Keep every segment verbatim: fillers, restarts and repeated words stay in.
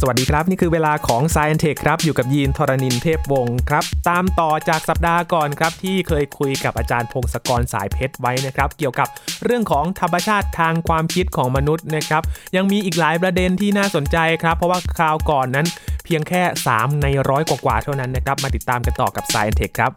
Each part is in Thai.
สวัสดีครับนี่คือเวลาของ Science Tech ครับอยู่กับยีนทรณินเทพวงศ์ครับตามต่อจากสัปดาห์ก่อนครับที่เคยคุยกับอาจารย์พงศกรสายเพชรไว้นะครับเกี่ยวกับเรื่องของธรรมชาติทางความคิดของมนุษย์นะครับยังมีอีกหลายประเด็นที่น่าสนใจครับเพราะว่าคราวก่อนนั้นเพียงแค่สามในร้อยกว่าๆเท่านั้นนะครับมาติดตามกันต่อกับ Science Tech ครับ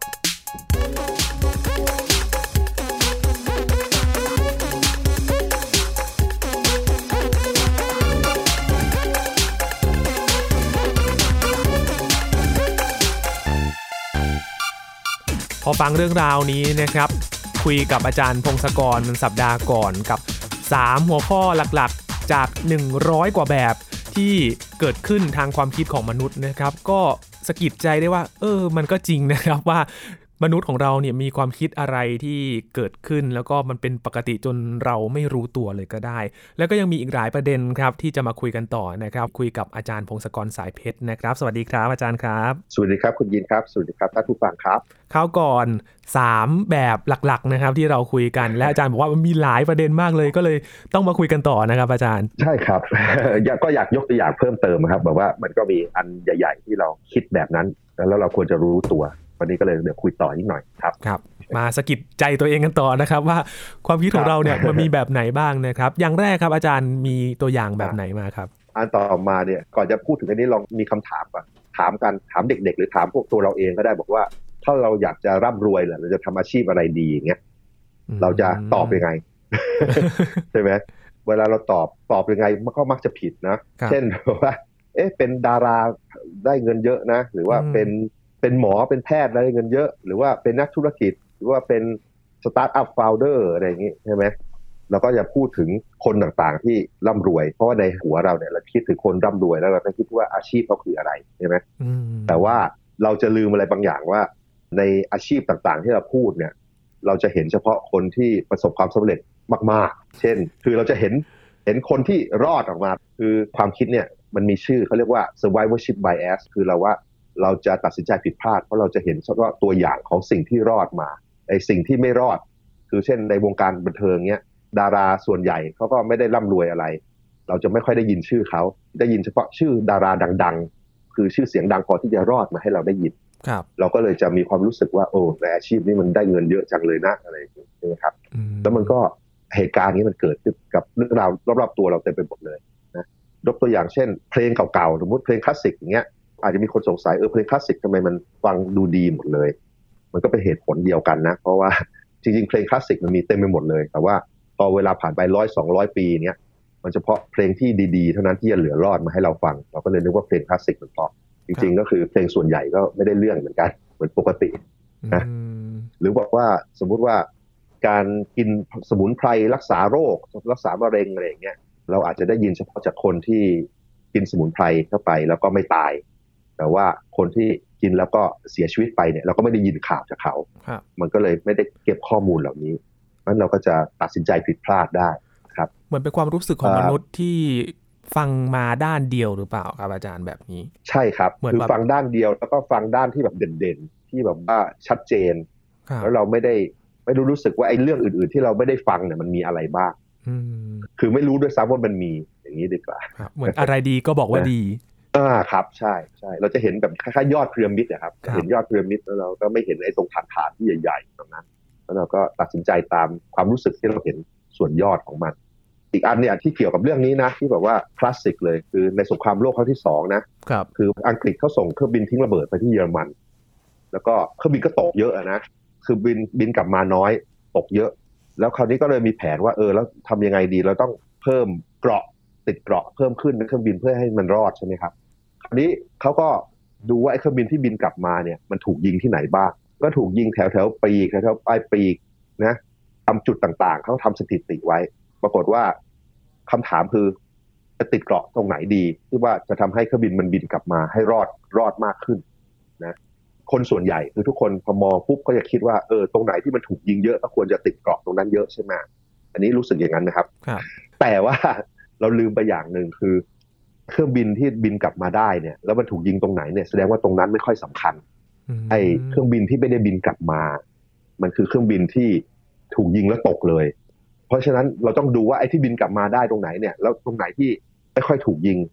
พอฟังเรื่องราวนี้นะครับคุยกับอาจารย์พงศกรสัปดาห์ก่อนกับสามหัวข้อหลักๆจากหนึ่งร้อยกว่าแบบที่เกิดขึ้นทางความคิดของมนุษย์นะครับก็สะกิดใจได้ว่าเออมันก็จริงนะครับว่ามนุษย์ของเราเนี่ยมีความคิดอะไรที่เกิดขึ้นแล้วก็มันเป็นปกติจนเราไม่รู้ตัวเลยก็ได้แล้วก็ยังมีอีกหลายประเด็นครับที่จะมาคุยกันต่อนะครับคุยกับอาจารย์พงศกรสายเพชรนะครับสวัสดีครับอาจารย์ครับสวัสดีครับคุณยินครับสวัสดีครับท่านผู้ฟังครับคราวก่อนสามแบบหลักๆนะครับที่เราคุยกันและอาจารย์บอกว่ามันมีหลายประเด็นมากเลยก็เลยต้องมาคุยกันต่อนะครับอาจารย์ใช่ครับ ก็อยากยกตัวอย่างเพิ่มเติมครับแบบว่ามันก็มีอันใหญ่ๆที่เราคิดแบบนั้นแล้วเราควรจะรู้ตัววันนี้ก็เลยเดี๋ยวคุยต่อนิดหน่อยครับครับมาสะกิดใจตัวเองกันต่อนะครับว่าความคิดของเราเนี่ยมันมีแบบไหนบ้างนะครับอย่างแรกครับอาจารย์มีตัวอย่างแบบไหนมาครับอันต่อมาเนี่ยก่อนจะพูดถึงอันนี้ลองมีคำถามก่อนถามกันถามเด็กๆหรือถามพวกตัวเราเองก็ได้บอกว่าถ้าเราอยากจะร่ำรวยเราจะทำอาชีพอะไรดีอย่างเงี้ยเราจะตอบยังไง ใช่ไหมเวลาเราตอบตอบยังไงมันก็มักจะผิดนะเช่นว่าเอ๊ะเป็นดาราได้เงินเยอะนะหรือว่าเป็นเป็นหมอเป็นแพทย์ได้เงินเยอะหรือว่าเป็นนักธุรกิจหรือว่าเป็นสตาร์ทอัพโฟลเดอร์อะไรอย่างงี้ใช่ไหมเราก็จะพูดถึงคนต่างๆที่ร่ำรวยเพราะว่าในหัวเราเนี่ยเราคิดถึงคนร่ำรวยแล้วเราก็คิดว่าอาชีพเขาคืออะไรใช่ไหมแต่ว่าเราจะลืมอะไรบางอย่างว่าในอาชีพต่างๆที่เราพูดเนี่ยเราจะเห็นเฉพาะคนที่ประสบความสำเร็จมากๆเช่นคือเราจะเห็นเห็นคนที่รอดออกมาคือความคิดเนี่ยมันมีชื่อเขาเรียกว่า survivorship bias คือเราว่าเราจะตัดสินใจผิดพลาดเพราะเราจะเห็นเฉพาะตัวอย่างของสิ่งที่รอดมาไอ้สิ่งที่ไม่รอดคือเช่นในวงการบันเทิงเนี้ยดาราส่วนใหญ่เขาก็ไม่ได้ร่ำรวยอะไรเราจะไม่ค่อยได้ยินชื่อเขาได้ยินเฉพาะชื่อดาราดังๆคือชื่อเสียงดังพอที่จะรอดมาให้เราได้ยินเราก็เลยจะมีความรู้สึกว่าโอ้ในอาชีพนี้มันได้เงินเยอะจังเลยนะอะไรอย่างเงี้ยนะครับแล้วมันก็เหตุการณ์นี้มันเกิดขึ้นกับเรื่องราวรอบๆตัวเราเต็มไปหมดเลยนะยกตัวอย่างเช่นเพลงเก่าๆสมมติเพลงคลาสสิกอย่างเงี้ยอาจจะมีคนสงสัยเออเพลงคลาสสิกทำไมมันฟังดูดีหมดเลยมันก็เป็นเหตุผลเดียวกันนะเพราะว่าจริงๆเพลงคลาสสิกมันมีเต็มไปหมดเลยแต่ว่าพอเวลาผ่านไปร้อยสองร้อยปีเนี้ยมันเฉพาะเพลงที่ดีๆเท่านั้นที่จะเหลือรอดมาให้เราฟังเราก็เลยนึกว่าเพลงคลาสสิกมันเพราะจริงๆก็คือเพลงส่วนใหญ่ก็ไม่ได้เรื่องเหมือนกันเหมือนปกตินะหรือบอกว่าสมมุติว่าการกินสมุนไพรรักษาโรครักษามะเร็งอะไรอย่างเงี้ยเราอาจจะได้ยินเฉพาะจากคนที่กินสมุนไพรเข้าไปแล้วก็ไม่ตายแต่ว่าคนที่กินแล้วก็เสียชีวิตไปเนี่ยเราก็ไม่ได้ยินข่าวจากเขามันก็เลยไม่ได้เก็บข้อมูลเหล่านี้นั้นเราก็จะตัดสินใจผิดพลาดได้ครับเหมือนเป็นความรู้สึกของมนุษย์ที่ฟังมาด้านเดียวหรือเปล่าครับอาจารย์แบบนี้ใช่ครับคือฟังด้านเดียวแล้วก็ฟังด้านที่แบบเด่นๆที่แบบว่าชัดเจนแล้วเราไม่ได้ไม่รู้รู้สึกว่าไอ้เรื่องอื่นๆที่เราไม่ได้ฟังเนี่ยมันมีอะไรบ้างคือไม่รู้ด้วยซ้ำว่ามันมีอย่างนี้ดีกว่าเหมือนอะไรดีก็บอกว่าดีอ่าครับใช่ใช่เราจะเห็นแบบคล้ายๆยอดพีระมิดนะครับเห็นยอดพีระมิดแล้วเราก็ไม่เห็นไอ้ตรงฐานฐานที่ใหญ่ๆตรงนั้นแล้วเราก็ตัดสินใจตามความรู้สึกที่เราเห็นส่วนยอดของมันอีกอันเนี่ยที่เกี่ยวกับเรื่องนี้นะที่แบบว่าคลาสสิกเลยคือในสงครามโลกครั้งที่สองนะครับคืออังกฤษเขาส่งเครื่องบินทิ้งระเบิดไปที่เยอรมันแล้วก็เครื่องบินก็ตกเยอะนะคือบินบินกลับมาน้อยตกเยอะแล้วคราวนี้ก็เลยมีแผนว่าเออแล้วทำยังไงดีเราต้องเพิ่มเกราะติดเกราะเพิ่มขึ้นในเครื่องบินเพื่อให้มันรอดใช่ไหมครับคราวนี้เขาก็ดูว่าไอ้เครื่องบินที่บินกลับมาเนี่ยมันถูกยิงที่ไหนบ้างก็ถูกยิงแถวแถวปีกแถวแถวปลายปีกนะทำจุดต่างๆเขาทำสถิติไว้ปรากฏว่าคำถามคือจะติดเกราะตรงไหนดีที่ว่าจะทำให้เครื่องบินมันบินกลับมาให้รอดรอดมากขึ้นนะคนส่วนใหญ่คือทุกคนพอมองปุ๊บก็จะคิดว่าเออตรงไหนที่มันถูกยิงเยอะก็ควรจะติดเกราะตรงนั้นเยอะใช่ไหมอันนี้รู้สึกอย่างนั้นนะครับแต่ว่าเราลืมไปอย่างนึงคือเครื่องบินที่บินกลับมาได้เนี่ยแล้วมันถูกยิงตรงไหนเนี่ยแสดงว่าตรงนั้นไม่ค่อยสำคัญไอ้เครื่องบินที่ไม่ได้บินกลับมามันคือเครื่องบินที่ถูกยิงแล้วตกเลยเพราะฉะนั้นเราต้องดูว่าไอ้ที่บินกลับมาได้ตรงไหนเนี่ยแล้วตรงไหนที่ไม่ค่อยถูกยิง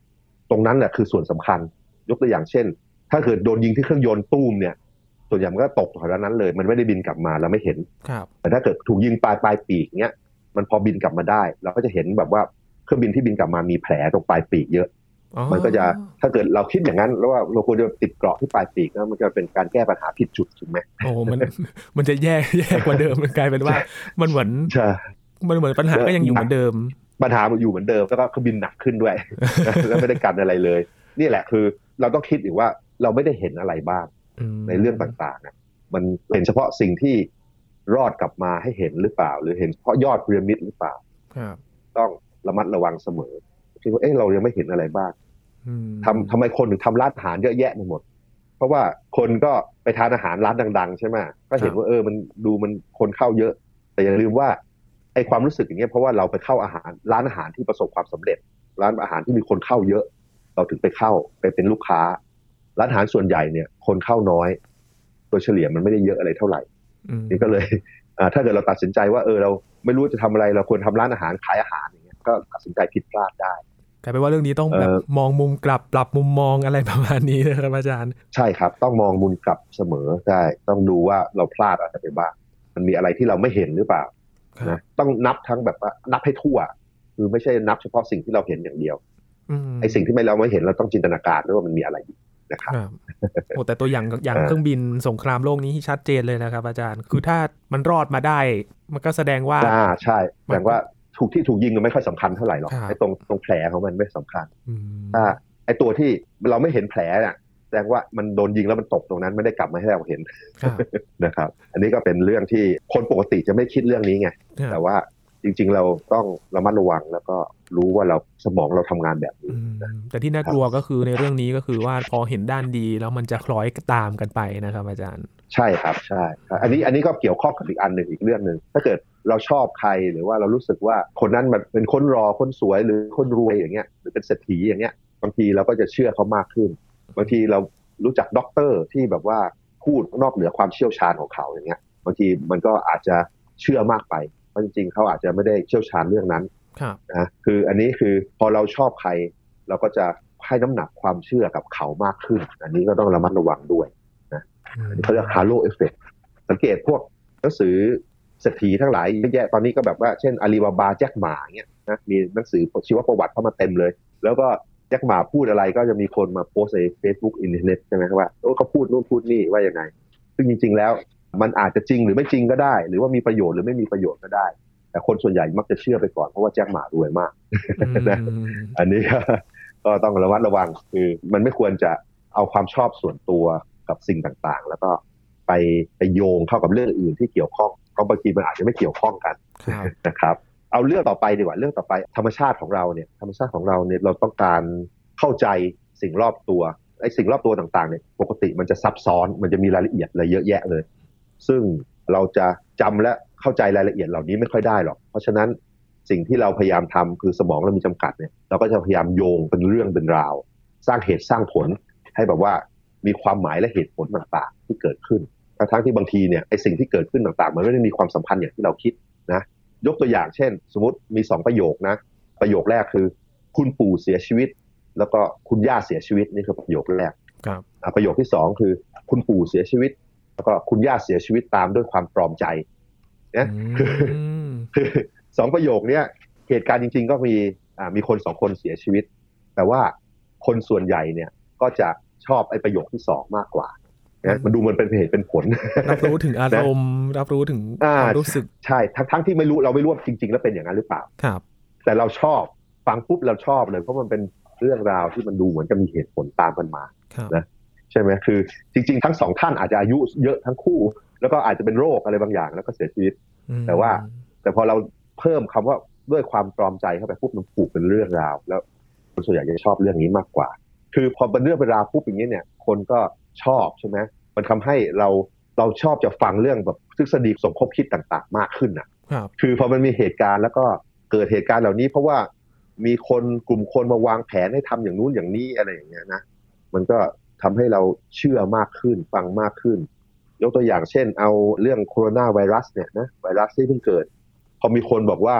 ตรงนั้นแหละคือส่วนสำคัญยกตัวอย่างเช่นถ้าเกิดโดนยิงที่เครื่องยนต์ตู้มเนี่ยส่วนใหญ่มันก็ตกแถวนั้นเลยมันไม่ได้บินกลับมาเราไม่เห็นแต่ถ้าเกิดถูกยิงปลายปลายปีกเนี้ยมันพอบินกลับมาได้เราก็จะเห็นแบบว่าเครื่องบินที่บินกลับมามีแผลตรงปลายปีกเยอะมันก็จะถ้าเกิดเราคิดอย่างนั้นแล้วว่าเราควรจะติดเกราะที่ปลายปีกนะมันจะเป็นการแก้ปัญหาผิดจุดถูกไหมโอ้มันมันจะแย่แย่กว่าเดิมมันกลายเป็นว่ามันเหมือนมันเหมือนปัญหาก็ยังอยู่เหมือนเดิมปัญหาอยู่เหมือนเดิมแล้วก็เครื่องบินหนักขึ้นด้วยแล้วไม่ได้กันอะไรเลยนี่แหละคือเราต้องคิดอีกว่าเราไม่ได้เห็นอะไรบ้างในเรื่องต่างๆนะมันเห็นเฉพาะสิ่งที่รอดกลับมาให้เห็นหรือเปล่าหรือเห็นเฉพาะยอดพีระมิดหรือเปล่าต้องระมัดระวังเสมอคิดว่าเอ๊ะเรายังไม่เห็นอะไรบ้างทำทำไมคนถึงทำร้านอาหารเยอะแยะไปหมดเพราะว่าคนก็ไปทานอาหารร้านดังๆใช่ไหมก็เห็นว่าเออมันดูมันคนเข้าเยอะแต่อย่าลืมว่าไอ้ความรู้สึกอย่างเงี้ยเพราะว่าเราไปเข้าอาหารร้านอาหารที่ประสบความสำเร็จร้านอาหารที่มีคนเข้าเยอะเราถึงไปเข้าไปเป็นลูกค้าร้านอาหารส่วนใหญ่เนี่ยคนเข้าน้อยโดยเฉลี่ยมันไม่ได้เยอะอะไรเท่าไหร่นี่ก็เลยถ้าเกิดเราตัดสินใจว่าเออเราไม่รู้จะทำอะไรเราควรทำร้านอาหารขายอาหารอย่างเงี้ยก็ตัดสินใจผิดพลาดได้กลายเป็นว่าเรื่องนี้ต้องแบบมองมุมกลับปรับมุมมองอะไรประมาณนี้นะครับอาจารย์ใช่ครับต้องมองมุมกลับเสมอใช่ต้องดูว่าเราพลาดอะไรไปบ้างมันมีอะไรที่เราไม่เห็นหรือเปล่านะต้องนับทั้งแบบว่านับให้ทั่วคือไม่ใช่นับเฉพาะสิ่งที่เราเห็นอย่างเดียวไอ้สิ่งที่ไม่เราไม่เห็นเราต้องจินตนาการด้วยว่ามันมีอะไรอยู่นะครับโอ้แต่ตัวอย่างอย่างเครื่องบินสงครามโลกนี้ที่ชัดเจนเลยนะครับอาจารย์คือถ้ามันรอดมาได้มันก็แสดงว่าอ่าใช่แสดงว่าถูกที่ถูกยิงมันไม่ค่อยสำคัญเท่าไหร่หรอกไอ้ตรงตรงแผลของมันไม่สำคัญถ้าไอ้ตัวที่เราไม่เห็นแผลเนี่ยแสดงว่ามันโดนยิงแล้วมันตกตรงนั้นไม่ได้กลับมาให้เราเห็นนะครับอันนี้ก็เป็นเรื่องที่คนปกติจะไม่คิดเรื่องนี้ไงแต่ว่าจริงๆเราต้องระมัดระวังแล้วก็รู้ว่าเราสมองเราทำงานแบบนี้แต่ที่น่ากลัวก็คือในเรื่องนี้ก็คือว่าพอเห็นด้านดีแล้วมันจะคล้อยตามกันไปนะครับอาจารย์ใช่ครับใช่อันนี้อันนี้ก็เกี่ยวข้องกับอีกอันหนึ่งอีกเรื่องนึงถ้าเกิดเราชอบใครหรือว่าเรารู้สึกว่าคนนั้นมันเป็นคนรอคนสวยหรือคนรวยอย่างเงี้ยหรือเป็นเศรษฐีอย่างเงี้ยบางทีเราก็จะเชื่อเขามากขึ้นบางทีเรารู้จักด็อกเตอร์ที่แบบว่าพูดนอกเหนือความเชี่ยวชาญของเขาอย่างเงี้ยบางทีมันก็อาจจะเชื่อมากไปเพราะจริงๆเขาอาจจะไม่ได้เชี่ยวชาญเรื่องนั้นนะคืออันนี้คือพอเราชอบใครเราก็จะให้น้ำหนักความเชื่อกับเขามากขึ้นอันนี้ก็ต้องระมัดระวังด้วยนะอันนี้เขาเรียกฮาโลเอฟเฟกต์สังเกตพวกหนังสือเศรษฐีทั้งหลายเยอะแยะตอนนี้ก็แบบว่าเช่นอาลีบาบาแจ็คหม่าเงี้ยนะมีหนังสือชีวประวัติเข้ามาเต็มเลยแล้วก็แจ็คหม่าพูดอะไรก็จะมีคนมาโพสใน Facebook อินเทอร์เน็ตใช่ไหมครับว่าโอ้เขาพูดนู่นพูดนี่ว่ายังไงซึ่งจริงๆแล้วมันอาจจะจริงหรือไม่จริงก็ได้หรือว่ามีประโยชน์หรือไม่มีประโยชน์ก็ได้แต่คนส่วนใหญ่มักจะเชื่อไปก่อนเพราะว่าแจ็คหม่ารวยมากนะอันนี้ก็ต้องระมัดระวังคือมันไม่ควรจะเอาความชอบส่วนตัวกับสิ่งต่างๆแล้วก็ไปไปโยงเข้ากับเรื่องอื่นที่เกี่ยวข้องเพราะบางทีมันอาจจะไม่เกี่ยวข้องกันนะครับเอาเรื่องต่อไปดีกว่าเรื่องต่อไปธรรมชาติของเราเนี่ยธรรมชาติของเราเนี่ยเราต้องการเข้าใจสิ่งรอบตัวไอ้สิ่งรอบตัวต่างๆเนี่ยปกติมันจะซับซ้อนมันจะมีรายละเอียดอะไรเยอะแยะเลยซึ่งเราจะจำและเข้าใจรายละเอียดเหล่านี้ไม่ค่อยได้หรอกเพราะฉะนั้นสิ่งที่เราพยายามทำคือสมองเรามีจำกัดเนี่ยเราก็จะพยายามโยงเป็นเรื่องเป็นราวสร้างเหตุสร้างผลให้แบบว่ามีความหมายและเหตุผลต่างๆที่เกิดขึ้นทั้งที่บางทีเนี่ยไอ้สิ่งที่เกิดขึ้นต่างๆมันไม่ได้มีความสัมพันธ์อย่างที่เราคิดนะยกตัวอย่างเช่นสมมติมีสองประโยคนะประโยคแรกคือคุณปู่เสียชีวิตแล้วก็คุณย่าเสียชีวิตนี่คือประโยคแรกครับประโยคที่สองคือคุณปู่เสียชีวิตแล้วก็คุณย่าเสียชีวิตตามด้วยความตรอมใจนะคือสองประโยคเนี้ยเหตุการณ์จริงๆก็มีอ่ามีคนสองคนเสียชีวิตแต่ว่าคนส่วนใหญ่เนี่ยก็จะชอบไอ้ประโยคที่สองมากกว่านะมันดูมันเป็นเหตุเป็นผลรับรู้ถึงอารมณ์รับรู้ถึงความรู้สึกใช่ทั้งทั้งที่ไม่รู้เราไม่รู้จริงๆแล้วเป็นอย่างนั้นหรือเปล่าครับแต่เราชอบฟังปุ๊บเราชอบเลยเพราะมันเป็นเรื่องราวที่มันดูเหมือนจะมีเหตุผลตามกันมานะใช่ไหมคือจริงๆทั้งสองท่านอาจจะอายุเยอะทั้งคู่แล้วก็อาจจะเป็นโรคอะไรบางอย่างแล้วก็เสียชีวิตแต่ว่าแต่พอเราเพิ่มคำว่าด้วยความตรอมใจเข้าไปปุ๊บมันผูกเป็นเรื่องราวแล้วคนส่วนใหญ่จะชอบเรื่องนี้มากกว่าคือพอเป็นเรื่องเป็นราวปุ๊บอย่างนี้เนี่ยคนก็ชอบใช่ไหมมันทำให้เราเราชอบจะฟังเรื่องแบบทฤษฎีสมคบคิดต่างๆมากขึ้นอ่ะคือพอมันมีเหตุการณ์แล้วก็เกิดเหตุการณ์เหล่านี้เพราะว่ามีคนกลุ่มคนมาวางแผนให้ทำอย่างนู้นอย่างนี้อะไรอย่างเงี้ยนะมันก็ทำให้เราเชื่อมากขึ้นฟังมากขึ้นยกตัวอย่างเช่นเอาเรื่องโคโรนาไวรัสเนี่ยนะไวรัสที่เพิ่งเกิดพอมีคนบอกว่า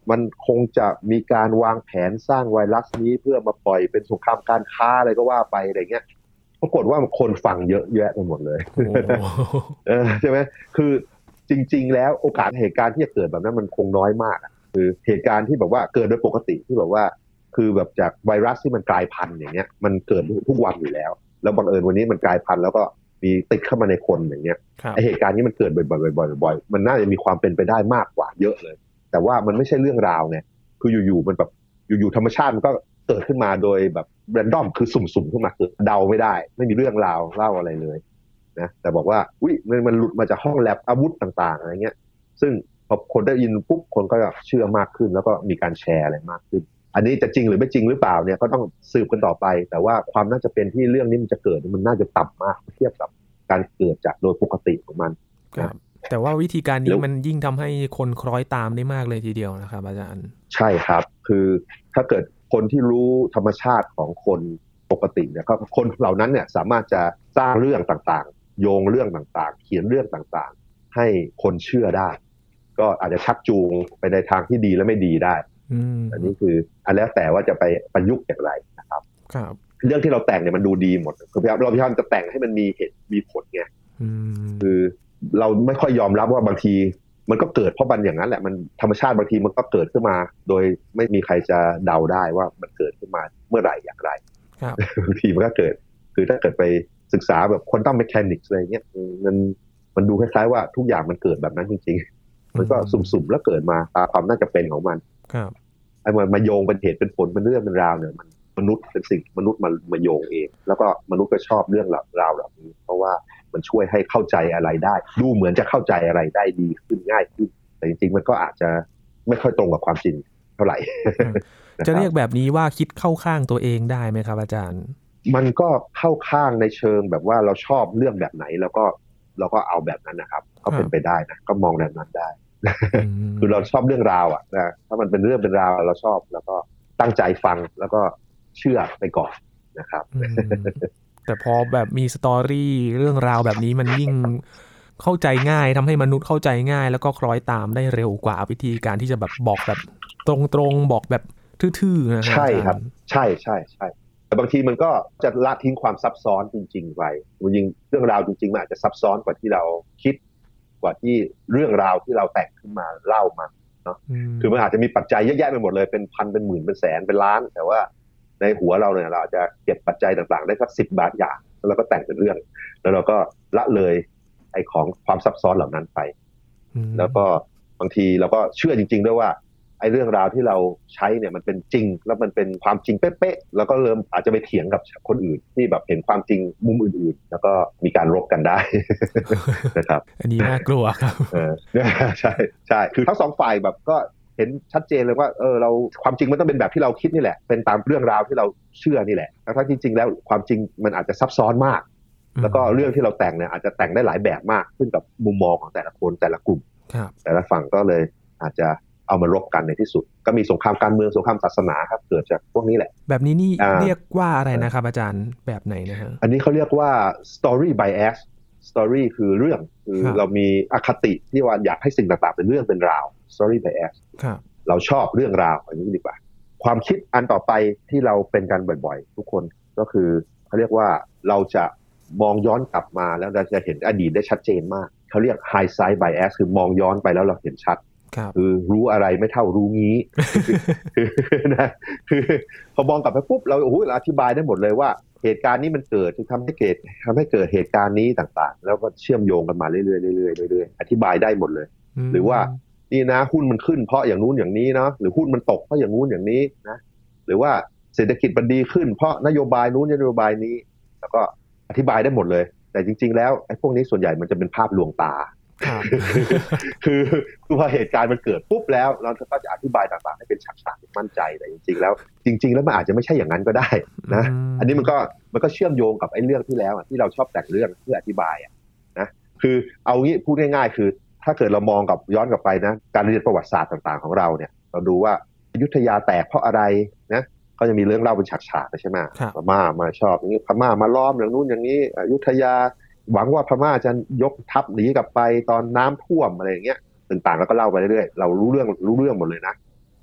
มันคงจะมีการวางแผนสร้างไวรัสนี้เพื่อมาปล่อยเป็นสงครามการค้าอะไรก็ว่าไปอะไรเงี้ยปรากฏว่าคนฟังเยอะแยะไปหมดเลยเออใช่ไหมคือจริงๆแล้วโอกาสเหตุการณ์ที่จะเกิดแบบนั้นมันคงน้อยมากคือเหตุการณ์ที่แบบว่าเกิดโดยปกติที่แบบว่าคือแบบจากไวรัสที่มันกลายพันธุ์อย่างเงี้ยมันเกิดทุกวันอยู่แล้วแล้วบังเอิญวันนี้มันกลายพันธุ์แล้วก็มีติดเข้ามาในคนอย่างเงี้ยไอเหตุการณ์นี้มันเกิดบ่อยๆบ่อยๆมันน่าจะมีความเป็นไปได้มากกว่าเยอะเลยแต่ว่ามันไม่ใช่เรื่องราวไงคืออยู่ๆมันแบบอยู่ๆธรรมชาติมันก็เกิดขึ้นมาโดยแบบแรนดอมคือสุ่มๆขึ้นมาคือเดาไม่ได้ไม่มีเรื่องราวเล่าอะไรเลยนะแต่บอกว่าอุ๊ยมันมันหลุดมาจากห้องแลบอาวุธต่างๆอะไรเงี้ยซึ่งพอคนได้ยินปุ๊บคนก็เชื่อมากขึ้นแล้วก็มีการแชร์อะไรมากขึ้นอันนี้จะจริงหรือไม่จริงหรือเปล่าเนี่ยก็ต้องสืบกันต่อไปแต่ว่าความน่าจะเป็นที่เรื่องนี้มันจะเกิดมันน่าจะต่ำมากเทียบกับการเกิดจากโดยปกติของมันครับแต่ว่าวิธีการนี้มันยิ่งทำให้คนคล้อยตามได้มากเลยทีเดียวนะครับอาจารย์ใช่ครับคือถ้าเกิดคนที่รู้ธรรมชาติของคนปกติเนี่ยก็คนเหล่านั้นเนี่ยสามารถจะสร้างเรื่องต่างๆโยงเรื่องต่างๆเขียนเรื่องต่างๆให้คนเชื่อได้ก็อาจจะชักจูงไปในทางที่ดีและไม่ดีได้อันนี้คืออันแล้วแต่ว่าจะไปประยุกต์อย่างไรนะครับครับเรื่องที่เราแต่งเนี่ยมันดูดีหมดคือเราพยายามจะแต่งให้มันมีเหตุมีผลไงคือเราไม่ค่อยยอมรับว่าบางทีมันก็เกิดเพราะมันอย่างนั้นแหละมันธรรมชาติบางทีมันก็เกิดขึ้นมาโดยไม่มีใครจะเดาได้ว่ามันเกิดขึ้นมาเมื่อไหร่อย่างไรบางทีมันก็เกิดคือถ้าเกิดไปศึกษาแบบควอนตัมเมคานิกส์อะไรเงี้ยมันมันดูคล้ายๆว่าทุกอย่างมันเกิดแบบนั้นจริงๆมันก็สุ่มๆแล้วเกิดมาตามความน่าจะเป็นของมันไอ้มันมาโยงเป็นเหตุเป็นผลเป็นเรื่องเป็นราวเนี่ยมันมนุษย์เป็นสิ่งมนุษย์มามาโยงเองแล้วก็มนุษย์ก็ชอบเรื่องราวแบบนี้เพราะว่ามันช่วยให้เข้าใจอะไรได้ดูเหมือนจะเข้าใจอะไรได้ดีขึ้นง่ายขึ้นแต่จริงๆมันก็อาจจะไม่ค่อยตรงกับความจริงเท่าไหร่จะเรียกแบบนี้ว่าคิดเข้าข้างตัวเองได้ไหมครับอาจารย์มันก็เข้าข้างในเชิงแบบว่าเราชอบเรื่องแบบไหนแล้วก็เราก็เอาแบบนั้นนะครับก็เป็นไปได้นะก็มองแบบนั้นได้ คือเราชอบเรื่องราวอ่ะนะถ้ามันเป็นเรื่องเป็นราวเราชอบแล้วก็ตั้งใจฟังแล้วก็เชื่อไปก่อนนะครับแต่พอแบบมีสตอรี่เรื่องราวแบบนี้มันยิ่งเข้าใจง่ายทำให้มนุษย์เข้าใจง่ายแล้วก็คล้อยตามได้เร็วกว่าวิธีการที่จะแบบบอกแบบตรงๆบอกแบบทื่อๆนะครับใช่ครับใช่ใช่ใช่แต่บางทีมันก็จะละทิ้งความซับซ้อนจริงๆไปจริงเรื่องราวจริงๆมันอาจจะซับซ้อนกว่าที่เราคิดกว่าที่เรื่องราวที่เราแต่งขึ้นมาเล่ามาเนาะคือมันอาจจะมีปัจจัยเยอะแยะไปหมดเลยเป็นพันเป็นหมื่นเป็นแสนเป็นล้านแต่ว่าในหัวเราเนี่ยเราอาจจะเก็บปัจจัยต่างๆได้สักสิบบาทอย่างแล้วเราก็แต่งเป็นเรื่องแล้วเราก็ละเลยไอ้ของความซับซ้อนเหล่านั้นไปแล้วก็บางทีเราก็เชื่อจริงๆด้วยว่าไอ้เรื่องราวที่เราใช้เนี่ยมันเป็นจริงแล้วมันเป็นความจริงเป๊ะๆแล้วก็เริ่มอาจจะไปเถียงกับคนอื่นที่แบบเห็นความจริงมุมอื่นๆแล้วก็มีการรบกันได้นะครับอันนี้น่ากลัวครับเออใช่ใช่คือทั้งสองฝ่ายแบบก็เห็นชัดเจนเลยว่าเออเราความจริงมันต้องเป็นแบบที่เราคิดนี่แหละเป็นตามเรื่องราวที่เราเชื่อนี่แหละทั้งที่จริงแล้วความจริงมันอาจจะซับซ้อนมากแล้วก็เรื่องที่เราแต่งเนี่ยอาจจะแต่งได้หลายแบบมากขึ้นกับมุมมองของแต่ละคนแต่ละกลุ่มแต่ละฝั่งก็เลยอาจจะเอามารบกันในที่สุดก็มีสงครามการเมืองสงครามศาสนาครับเกิดจากพวกนี้แหละแบบนี้นี่เรียกว่าอะไรนะครับอาจารย์แบบไหนนะฮะอันนี้เขาเรียกว่า story bias story คือเรื่องคือเรามีอคติที่ว่าอยากให้สิ่งต่างๆเป็นเรื่องเป็นราว story bias เราชอบเรื่องราวอันนี้ดีกว่าความคิดอันต่อไปที่เราเป็นกันบ่อยๆทุกคนก็คือเขาเรียกว่าเราจะมองย้อนกลับมาแล้วเราจะเห็นอดีตได้ชัดเจนมากเขาเรียก hindsight bias คือมองย้อนไปแล้วเราเห็นชัดคือรู้อะไรไม่เท่ารู้งี้ นะคือพอมองกลับไปปุ๊บเราโอ้โหเราอธิบายได้หมดเลยว่าเหตุการณ์นี้มันเกิดทำให้เกิดทำให้เกิดเหตุการณ์นี้ต่างๆแล้วก็เชื่อมโยงกันมาเรื่อยๆเรื่อยๆเรื่อยๆอธิบายได้หมดเลยหรือว่านี่นะหุ้นมันขึ้นเพราะอย่างนู้นอย่างนี้เนาะหรือหุ้นมันตกเพราะอย่างนู้นอย่างนี้นะหรือว่าเศรษฐกิจมันดีขึ้นเพราะนโยบายนู้นนโยบายนี้แล้วก็อธิบายได้หมดเลยแต่จริงๆแล้วไอ้พวกนี้ส่วนใหญ่มันจะเป็นภาพลวงตาคือคือพอเหตุการณ์มันเกิดปุ๊บแล้วเราก็จะอธิบายต่างๆให้เป็นฉากๆมั่นใจแต่จริงๆแล้วจริงๆแล้วมันอาจจะไม่ใช่อย่างนั้นก็ได้นะอันนี้มันก็มันก็เชื่อมโยงกับไอ้เรื่องที่แล้วที่เราชอบแต่งเรื่องเพื่ออธิบายนะคือเอางี้พูดง่ายๆคือถ้าเกิดเรามองกับย้อนกลับไปนะการเรียนประวัติศาสตร์ต่างๆของเราเนี่ยเราดูว่าอยุธยาแตกเพราะอะไรนะก็จะมีเรื่องเล่าเป็นฉากๆใช่ไหมพม่ามาชอบอย่างนี้พม่ามาล้อมอย่างนู้นอย่างนี้อยุธยาหวังว่าพม่าจะยกทัพหนีกลับไปตอนน้ำท่วมอะไรอย่างเงี้ยต่างๆแล้วก็เล่าไปเรื่อยๆเรารู้เรื่องรู้เรื่องหมดเลยนะแ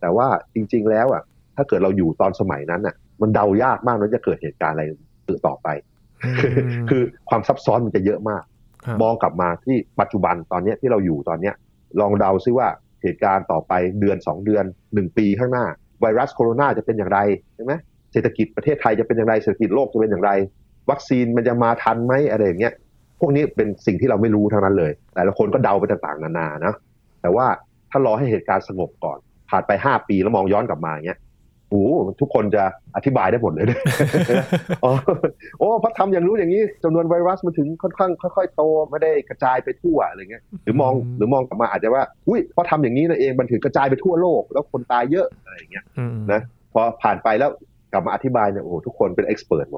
แต่ว่าจริงๆแล้วอ่ะถ้าเกิดเราอยู่ตอนสมัยนั้นอ่ะมันเดายากมากว่าจะเกิดเหตุการณ์อะไรต่อไปคือความซับซ้อนมันจะเยอะมากมองกลับมาที่ปัจจุบันตอนนี้ที่เราอยู่ตอนนี้ลองเดาซิว่าเหตุการณ์ต่อไปเดือนสองเดือนหนึ่งปีข้างหน้าไวรัสโคโรนาจะเป็นอย่างไรใช่ไหมเศรษฐกิจประเทศไทยจะเป็นอย่างไรเศรษฐกิจโลกจะเป็นอย่างไรวัคซีนมันจะมาทันไหมอะไรอย่างเงี้ยพวกนี้เป็นสิ่งที่เราไม่รู้ทั้งนั้นเลยแต่ละคนก็เดาไปต่างๆนานานะแต่ว่าถ้ารอให้เหตุการณ์สงบก่อนผ่านไปห้าปีแล้วมองย้อนกลับมาอย่างเงี้ยโอ้ทุกคนจะอธิบายได้หมดเลยอ๋อโอ้เพราะทำอย่างรู้อย่างนี้จำนวนไวรัสมันถึงค่อนข้างค่อยๆโตไม่ได้กระจายไปทั่วอะไรเงี้ยหรือมองหรือมองกลับมาอาจจะว่าอุ้ยเพราะทำอย่างนี้นั่นเองมันถึงกระจายไปทั่วโลกแล้วคนตายเยอะอะไรอย่างเงี้ยนะพอผ่านไปแล้วกลับมาอธิบายเนี่ยโอ้ทุกคนเป็นเอ็กซ์เพิร์ทหมด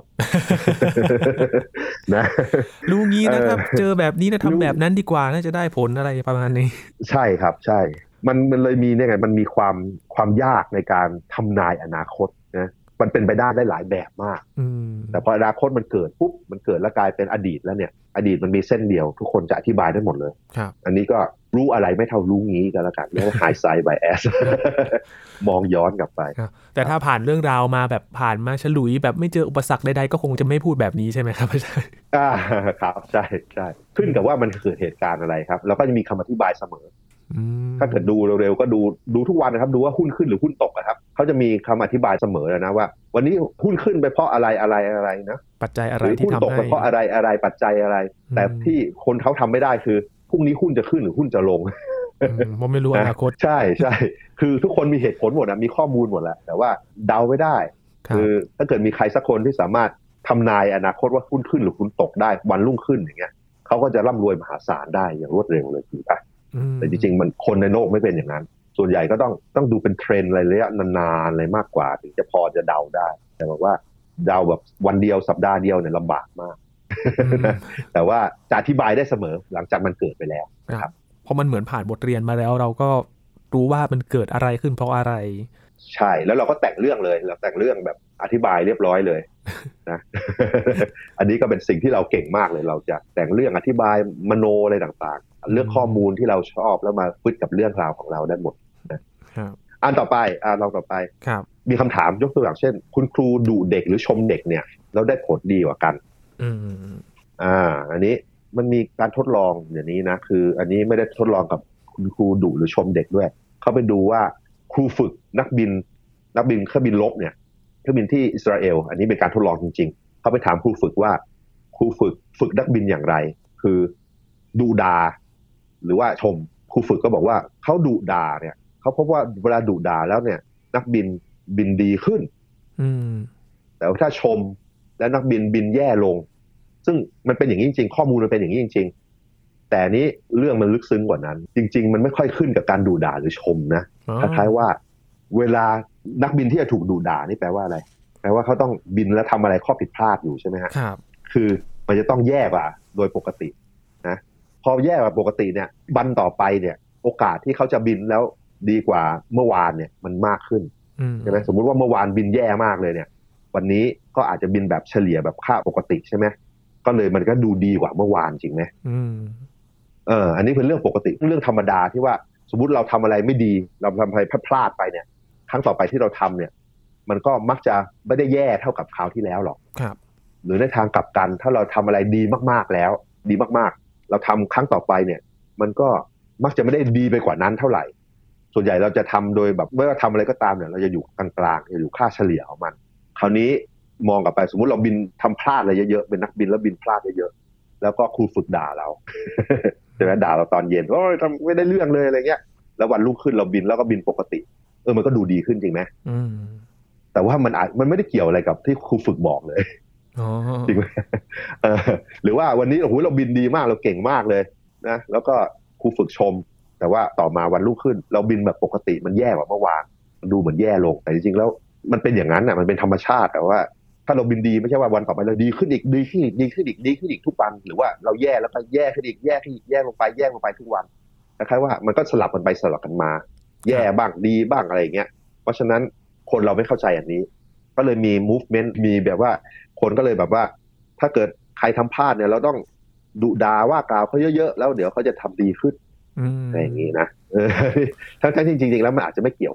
นะรู้งี้นะครับเจอแบบนี้นะทำแบบนั้นดีกว่าน่าจะได้ผลอะไรประมาณนี้ใช่ครับใช่มันมันเลยมีเนี่ยไงมันมีความความยากในการทำนายอนาคตนะมันเป็นไปได้ได้หลายแบบมากแต่พออนาคตมันเกิดปุ๊บมันเกิดแล้วกลายเป็นอดีตแล้วเนี่ยอดีตมันมีเส้นเดียวทุกคนจะอธิบายได้หมดเลยอันนี้ก็รู้อะไรไม่เท่ารู้งี้กันแล้วกันเรียกว่า hindsight bias มองย้อนกลับไปแต่ถ้าผ่านเรื่องราวมาแบบผ่านมาฉลุยแบบไม่เจออุปสรรคใดๆก็คงจะไม่พูดแบบนี้ใช่ไหมครับอาจารย์อ่าครับใช่ใช่ขึ้นกับว่ามันเกิดเหตุการณ์อะไรครับแล้วก็จะมีคำอธิบายเสมอถ้าเกิดดูเร็วๆก็ดูดูทุกวันนะครับดูว่าหุ้นขึ้นหรือหุ้นตกนะครับเขาจะมีคำอธิบายเสมอเลยนะว่าวันนี้หุ้นขึ้นไปเพราะอะไรอะไรอะไรนะปัจจัยอะไรที่ทำให้หุ้นตกไปเพราะอะไรอะไรปัจจัยอะไรแต่ที่คนเขาทำไม่ได้คือพรุ่งนี้หุ้นจะขึ้นหรือหุ้นจะลงผมไม่รู้อนาคตใช่ใช่คือทุกคนมีเหตุผลหมดนะมีข้อมูลหมดแหละแต่ว่าเดาไม่ได้คือถ้าเกิดมีใครสักคนที่สามารถทำนายอนาคตว่าหุ้นขึ้นหรือหุ้นตกได้วันรุ่งขึ้นอย่างเงี้ยเขาก็จะร่ำรวยมหาศาลได้อย่างรวดเร็วเลยถูกปะแต่จริงๆมันคนในโลกไม่เป็นอย่างนั้นส่วนใหญ่ก็ต้องต้องดูเป็นเทรนด์ระยะนานๆเลยมากกว่าถึงจะพอจะเดาได้แต่บอกว่าเดาแบบวันเดียวสัปดาห์เดียวเนี่ยลำบากมากแต่ว่าจะอธิบายได้เสมอหลังจากมันเกิดไปแล้วครับเพราะมันเหมือนผ่านบทเรียนมาแล้วเราก็รู้ว่ามันเกิดอะไรขึ้นเพราะอะไรใช่แล้วเราก็แต่งเรื่องเลยเราแต่งเรื่องแบบอธิบายเรียบร้อยเลยนะอันนี้ก็เป็นสิ่งที่เราเก่งมากเลยเราจะแต่งเรื่องอธิบายมโนอะไรต่างๆเรื่องข้อมูลที่เราชอบแล้วมาฟิตกับเรื่องราวของเราได้หมดนะครับอันต่อไปอ่าลองต่อไปครับมีคำถามยกตัวอย่างเช่นคุณครูดุเด็กหรือชมเด็กเนี่ยแล้วได้ผลดีกว่ากันอืมอ่าอันนี้มันมีการทดลองอย่างนี้นะคืออันนี้ไม่ได้ทดลองกับคุณครูดุหรือชมเด็กด้วยเขาไปดูว่าครูฝึกนักบินนักบินเครื่องบินรบเนี่ยเครื่องบินที่อิสราเอลอันนี้เป็นการทดลองจริงๆเขาไปถามครูฝึกว่าครูฝึกฝึกนักบินอย่างไรคือดุด่าหรือว่าชมครูฝึกก็บอกว่าเขาดุด่าเนี่ยเขาพบว่าเวลาดุด่าแล้วเนี่ยนักบินบินดีขึ้นอืมแต่ว่าถ้าชมแล้วนักบินบินแย่ลงซึ่งมันเป็นอย่างนี้จริงๆข้อมูลมันเป็นอย่างนี้จริงๆแต่นี้เรื่องมันลึกซึ้งกว่านั้นจริงๆมันไม่ค่อยขึ้นกับการดุด่าหรือชมนะคล้ายๆว่าเวลานักบินที่จะถูกดุด่านี่แปลว่าอะไรแปลว่าเขาต้องบินแล้วทำอะไรข้อผิดพลาดอยู่ใช่ไหมฮะครับคือมันจะต้องแย่กว่าโดยปกตินะพอแย่กว่าปกติเนี่ยวันต่อไปเนี่ยโอกาสที่เขาจะบินแล้วดีกว่าเมื่อวานเนี่ยมันมากขึ้นใช่ไหมสมมุติว่าเมื่อวานบินแย่มากเลยเนี่ยวันนี้ก็อาจจะบินแบบเฉลี่ยแบบค่าปกติใช่ไหมก็เลยมันก็ดูดีกว่าเมื่อวานจริงไหมเอออันนี้เป็นเรื่องปกติเรื่องธรรมดาที่ว่าสมมุติเราทำอะไรไม่ดีเราทำอะไรพลาดไปเนี่ยครั้งต่อไปที่เราทำเนี่ยมันก็มักจะไม่ได้แย่เท่ากับคราวที่แล้วหรอกครับหรือในทางกลับกันถ้าเราทำอะไรดีมากๆแล้วดีมากๆเราทำครั้งต่อไปเนี่ยมันก็มักจะไม่ได้ดีไปกว่านั้นเท่าไหร่ส่วนใหญ่เราจะทำโดยแบบไม่ว่าทำอะไรก็ตามเนี่ยเราจะอยู่กลางๆจะอยู่ค่าเฉลี่ยของมันคราวนี้มองกลับไปสมมุติเราบินทำพลาดอะไรเยอะๆเป็นนักบินแล้วบินพลาดเยอะๆแล้วก็ครูฝึกด่าเราใช่ไหมด่าเราตอนเย็นโอ้ยทำไม่ได้เรื่องเลยอะไรเงี้ยแล้ววันรุ่งขึ้นเราบินแล้วก็บินปกติเออมันก็ดูดีขึ้นจริงไหมแต่ว่ามันอาจมันไม่ได้เกี่ยวอะไรกับที่ครูฝึกบอกเลยจริงไหมหรือว่าวันนี้โอ้โหเราบินดีมากเราเก่งมากเลยนะแล้วก็ครูฝึกชมแต่ว่าต่อมาวันรุ่งขึ้นเราบินแบบปกติมันแย่กว่าเมื่อวานมันดูเหมือนแย่ลงแต่จริงๆแล้วมันเป็นอย่างนั้นอ่ะมันเป็นธรรมชาติแต่ว่าถ้าเราบินดีไม่ใช่ว่าวันต่อไปเราดีขึ้นอีกดีขึ้นอีกดีขึ้นอีกดีขึ้นอีกทุกวันหรือว่าเราแย่แล้วก็แย่ขึ้นอีกแย่ขึ้นอีกแย่ลงไปแย่ลงไปทุกวันคล้ายๆว่ามันก็สลับกันไปสลับกันมาแย่บ้างดีบ้างอะไรอย่างเงี้ยเพราะฉะนั้นคนเราไม่เข้าใจอันนี้ก็เลยมี movement มีแบบว่าคนก็เลยแบบว่าถ้าเกิดใครทำพลาดเนี่ยเราต้องดุด่าว่ากล่าวเขาเยอะๆแล้วเดี๋ยวเขาจะทำดีขึ้นอะไรอย่างนี้นะทั้งๆจริงๆแล้วมันอาจจะไม่เกี่ยวกัน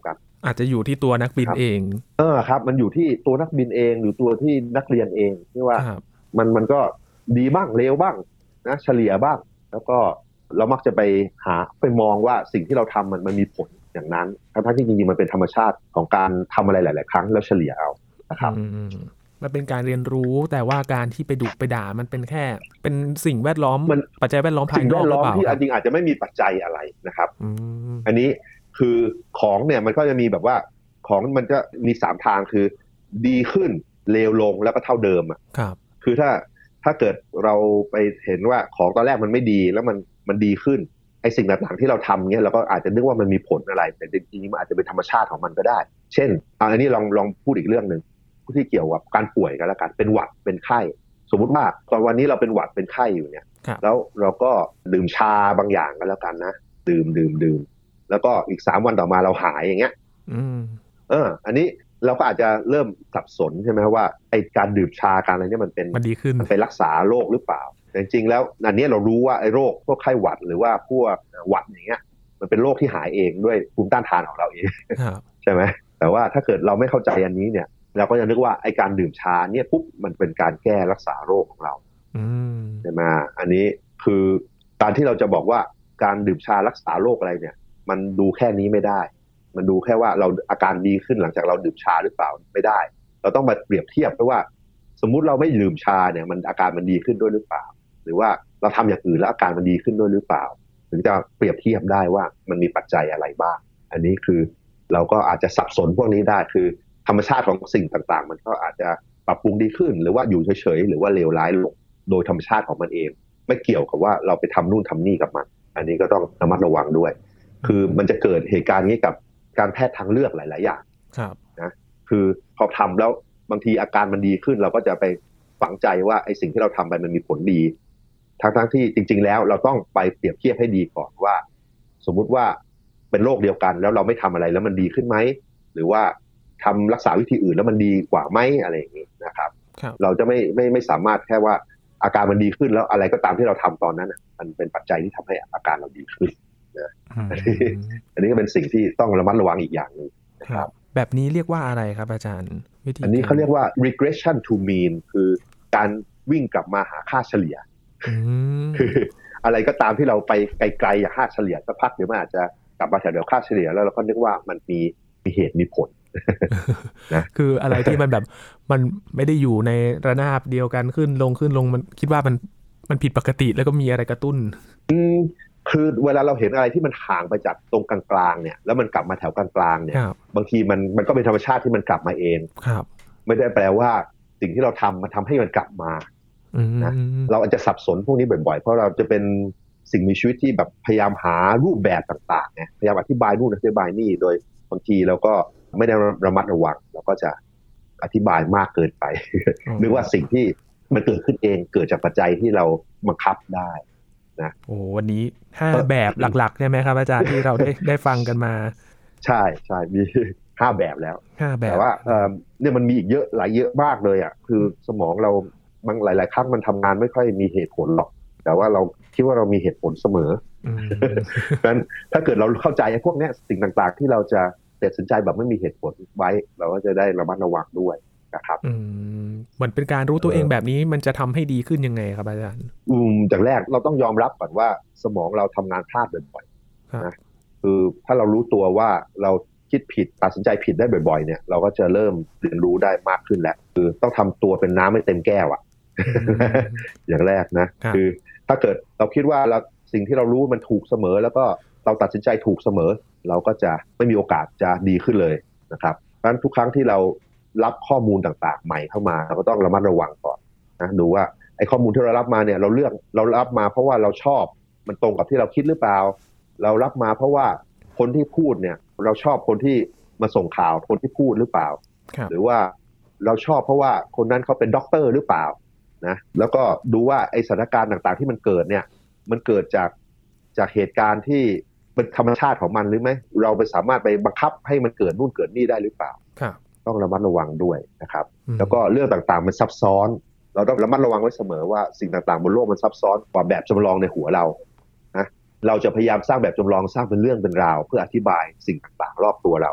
อาจจะอยู่ที่ตัวนักบินเองเออครับมันอยู่ที่ตัวนักบินเองหรือตัวที่นักเรียนเองที่ว่ามันมันก็ดีบ้างเลวบ้างนะเฉลี่ยบ้างแล้วก็เรามักจะไปหาไปมองว่าสิ่งที่เราทำมันมันมีผลอย่างนั้นทั้งที่จริงๆมันเป็นธรรมชาติของการทำอะไรหลายๆครั้งแล้วเฉลี่ยเอานะครับมันเป็นการเรียนรู้แต่ว่าการที่ไปดุไปด่ามันเป็นแค่เป็นสิ่งแวดล้อมปัจจัยแวดล้อมภายนอกหรือเปล่าที่จริงอาจจะไม่มีปัจจัยอะไรนะครับอันนี้คือของเนี่ยมันก็จะมีแบบว่าของมันก็มีสามทางคือดีขึ้นเลวลงแล้วก็เท่าเดิมอ่ะครับคือถ้าถ้าเกิดเราไปเห็นว่าของตอนแรกมันไม่ดีแล้วมันมันดีขึ้นไอ้สิ่งต่างๆที่เราทำเนี่ยเราก็อาจจะนึกว่ามันมีผลอะไรแต่จริงๆมันอาจจะเป็นธรรมชาติของมันก็ได้เช่นอันนี้ลองลองพูดอีกเรื่องนึงที่เกี่ยวกับการป่วยกันแล้วกันเป็นหวัดเป็นไข้สมมุติว่าตอนวันนี้เราเป็นหวัดเป็นไข้อยู่เนี่ยแล้วเราก็ดื่มชาบางอย่างกันแล้วกันนะดื่มดื่มดื่มแล้วก็อีกสามวันต่อมาเราหายอย่างเงี้ยเอออันนี้เราก็อาจจะเริ่มสับสนใช่ไหมว่าไอ้การดื่มชาการอะไรเนี่ยมันเป็นมันดีขึ้นมันไปรักษาโรคหรือเปล่าแต่จริงๆแล้วอันนี้เรารู้ว่าไอ้โรคพวกไข้หวัดหรือว่าพวกหวัดอย่างเงี้ยมันเป็นโรคที่หายเองด้วยภูมิต้านทานของเราเองใช่ไหมแต่ว่าถ้าเกิดเราไม่เข้าใจอันนี้เนี่ยเราก็จะนึกว่าไอ้การดื่มชาเนี่ยปุ๊บมันเป็นการแก้รักษาโรคของเราใช่ไหมอันนี้คือการที่เราจะบอกว่าการดื่มชารักษาโรคอะไรเนี่ยมันดูแค่นี้ไม่ได้มันดูแค่ว่าเราอาการดีขึ้นหลังจากเราดื่มชาหรือเปล่าไม่ได้เราต้องมาเปรียบเทียบด้วยว่าสมมุติเราไม่ดื่มชาเนี่ยมันอาการมันดีขึ้นด้วยหรือเปล่าหรือว่าเราทำอย่างอื่นแล้วอาการมันดีขึ้นด้วยหรือเปล่าถึงจะเปรียบเทียบได้ว่ามันมีปัจจัยอะไรบ้างอันนี้คือเราก็อาจจะสับสนพวกนี้ได้คือธรรมชาติของสิ่งต่างๆมันก็อาจจะปรับปรุงดีขึ้นหรือว่าอยู่เฉยๆหรือว่าเลวร้ายลงโดยธรรมชาติของมันเองไม่เกี่ยวกับว่าเราไปทำนู่นทำนี่กับมันอันนี้ก็ต้องระมัดระวังด้วยคือมันจะเกิดเหตุการณ์นี้กับการแพทย์ทางเลือกหลายๆอย่างนะคือพอทำแล้วบางทีอาการมันดีขึ้นเราก็จะไปฝังใจว่าไอ้สิ่งที่เราทำไปมันมีผลดีทั้งๆที่จริงๆแล้วเราต้องไปเปรียบเทียบให้ดีก่อนว่าสมมุติว่าเป็นโรคเดียวกันแล้วเราไม่ทำอะไรแล้วมันดีขึ้นไหมหรือว่าทำรักษาวิธีอื่นแล้วมันดีกว่าไหมอะไรอย่างนี้นะครับเราจะไม่ไม่ไม่สามารถแค่ว่าอาการมันดีขึ้นแล้วอะไรก็ตามที่เราทำตอนนั้นมันเป็นปัจจัยที่ทำให้อาการเราดีขึ้นนะอันนี้ก็เป็นสิ่งที่ต้องระมัดระวังอีกอย่างนึงนะครับแบบนี้เรียกว่าอะไรครับอาจารย์วิธีอันนี้เขาเรียกว่า regression to mean คือการวิ่งกลับมาหาค่าเฉลี่ยคืออะไรก็ตามที่เราไปไกลๆอย่างค่าเฉลี่ยสักพักเดี๋ยวมันอาจจะกลับมาแถวๆค่าเฉลี่ยแล้วเราก็นึกว่ามันมีมีเหตุมีผลนะคืออะไรที่มันแบบมันไม่ได้อยู่ในระนาบเดียวกันขึ้นลงขึ้นลงมันคิดว่ามันมันผิดปกติแล้วก็มีอะไรกระตุ้นอืมคือเวลาเราเห็นอะไรที่มันห่างไปจากตรงกลางๆเนี่ยแล้วมันกลับมาแถวกลางๆเนี่ยบางทีมันมันก็เป็นธรรมชาติที่มันกลับมาเองครับไม่ได้แปลว่าสิ่งที่เราทำมันทำให้มันกลับมานะเราอาจจะสับสนพวกนี้บ่อยๆเพราะเราจะเป็นสิ่งมีชีวิตที่แบบพยายามหารูปแบบต่างๆเนี่ยพยายามอธิบายนู่นอธิบายนี่โดยบางทีเราก็ไม่ได้ระมัดระวังเราก็จะอธิบายมากเกินไปนึกว่าสิ่งที่มันเกิดขึ้นเองเกิดจากปัจจัยที่เราบังคับได้นะโอ้วันนี้ห้าแบบหลักๆใช่ไหมครับอาจารย์ที่เราได้ได้ฟังกันมาใช่ใช่มีห้าแบบแล้วห้าแบบแต่ว่าเอ่อเนี่ยมันมีอีกเยอะหลายเยอะมากเลยอ่ะคือสมองเราบางหลายๆครั้งมันทำงานไม่ค่อยมีเหตุผลหรอกแต่ว่าเราคิดว่าเรามีเหตุผลเสมอดังนั้นถ้าเกิดเราเข้าใจไอ้พวกนี้สิ่งต่างๆที่เราจะตัดสินใจแบบไม่มีเหตุผลไว้เราก็จะได้ระมัดระวังด้วยนะครับอืมเหมือนเป็นการรู้ตัวเองแบบนี้มันจะทำให้ดีขึ้นยังไงครับอาจารย์อืมจากแรกเราต้องยอมรับก่อนว่าสมองเราทำงานพลาดบ่อยๆนะคือถ้าเรารู้ตัวว่าเราคิดผิดตัดสินใจผิดได้บ่อยๆเนี่ยเราก็จะเริ่มเรียนรู้ได้มากขึ้นแล้วคือต้องทำตัวเป็นน้ำไม่เต็มแก้วอ่ะ อย่างแรกนะคือถ้าเกิดเราคิดว่าเราสิ่งที่เรารู้มันถูกเสมอแล้วก็เราตัดสินใจถูกเสมอเราก็จะไม่มีโอกาสจะดีขึ้นเลยนะครับเพราะฉะนั้นทุกครั้งที่เรารับข้อมูลต่างๆใหม่เข้ามาเราก็ต้องระมัดระวังก่อนนะดูว่าไอ้ข้อมูลที่เรารับมาเนี่ยเราเลือกเรารับมาเพราะว่าเราชอบมันตรงกับที่เราคิดหรือเปล่าเรารับมาเพราะว่าคนที่พูดเนี่ยเราชอบคนที่มาส่งข่าวคนที่พูดหรือเปล่าหรือว่าเราชอบเพราะว่าคนนั้นเขาเป็นด็อกเตอร์หรือเปล่านะแล้วก็ดูว่าไอ้สถานการณ์ต่างๆที่มันเกิดเนี่ยมันเกิดจากจากเหตุการณ์ที่เป็นธรรมชาติของมันหรือไม่เราไปสามารถไปบังคับให้มันเกิดนู่นเกิดนี่ได้หรือเปล่าต้องระมัดระวังด้วยนะครับแล้วก็เรื่องต่างๆมันซับซ้อนเราต้องระมัดระวังไว้เสมอว่าสิ่งต่างๆบนโลกมันซับซ้อนกว่าแบบจำลองในหัวเรานะเราจะพยายามสร้างแบบจำลองสร้างเป็นเรื่องเป็นราวเพื่ออธิบายสิ่งต่างๆรอบตัวเรา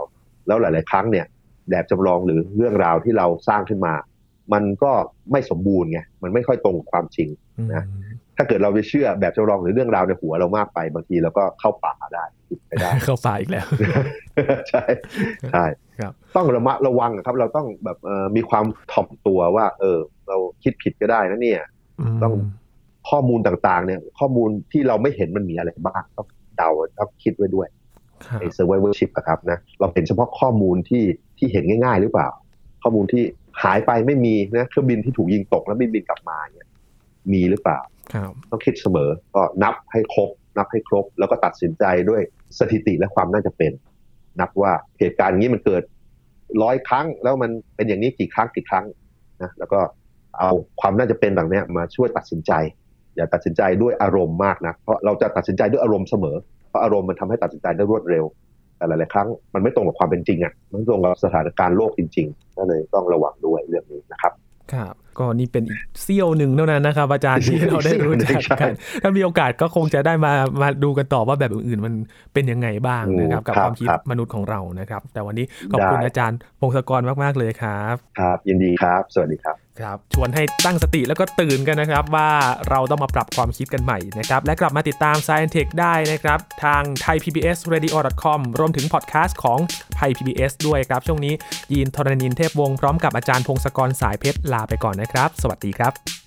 แล้วหลายๆครั้งเนี่ยแบบจำลองหรือเรื่องราวที่เราสร้างขึ้นมามันก็ไม่สมบูรณ์ไงมันไม่ค่อยตรงกับความจริงนะถ้าเกิดเราไปเชื่อแบบจำลองหรือเรื่องราวในหัวเรามากไปบางทีเราก็เข้าป่าได้ไปได้เข้าป่าอีกแล้วใช่ใช่ต้องระมัดระวังครับเราต้องแบบมีความถ่อมตัวว่าเออเราคิดผิดก็ได้นะเนี่ยต้องข้อมูลต่างๆเนี่ยข้อมูลที่เราไม่เห็นมันมีอะไรบ้างต้องเดาต้องคิดไว้ด้วยไอ้ survivorship อะครับนะเราเห็นเฉพาะข้อมูลที่ที่เห็นง่ายๆหรือเปล่าข้อมูลที่หายไปไม่มีนะเครื่องบินที่ถูกยิงตกแล้วไม่บินกลับมาเนี่ยมีหรือเปล่าต้องคิดเสมอก็นับให้ครบนับให้ครบแล้วก็ตัดสินใจด้วยสถิติและความน่าจะเป็นนับว่าเหตุการณ์นี้มันเกิดร้อยครั้งแล้วมันเป็นอย่างนี้กี่ครั้งกี่ครั้งนะแล้วก็เอาความน่าจะเป็นแบบนี้มาช่วยตัดสินใจอย่าตัดสินใจด้วยอารมณ์มากนะเพราะเราจะตัดสินใจด้วยอารมณ์เสมอเพราะอารมณ์มันทำให้ตัดสินใจได้รวดเร็วแต่หลายๆครั้งมันไม่ตรงกับความเป็นจริงอ่ะมันตรงกับสถานการณ์โลกจริงๆก็เลยต้องระวังด้วยเรื่องนี้นะครับครับก็นี่เป็นอีกเสี้ยวหนึ่งเท่านั้นนะครับอาจารย์ที่เราได้รู้จักกันถ้ามีโอกาสก็คงจะได้มามาดูกันต่อว่าแบบอื่นๆมันเป็นยังไงบ้างนะครับกับความคิดมนุษย์ของเรานะครับแต่วันนี้ขอบคุณอาจารย์พงศกรมากๆเลยครับครับยินดีครับสวัสดีครับครับชวนให้ตั้งสติแล้วก็ตื่นกันนะครับว่าเราต้องมาปรับความคิดกันใหม่นะครับและกลับมาติดตาม Science Tech ได้นะครับทาง ไทยพีบีเอสเรดิโอ ดอท คอม รวมถึงพอดแคสต์ของ ไทย พี บี เอส ด้วยครับช่วงนี้ยีน ธรณินทร์เทพวงศ์พร้อมกับอาจารย์พงศกรสายเพชรลาไปก่อนนะครับสวัสดีครับ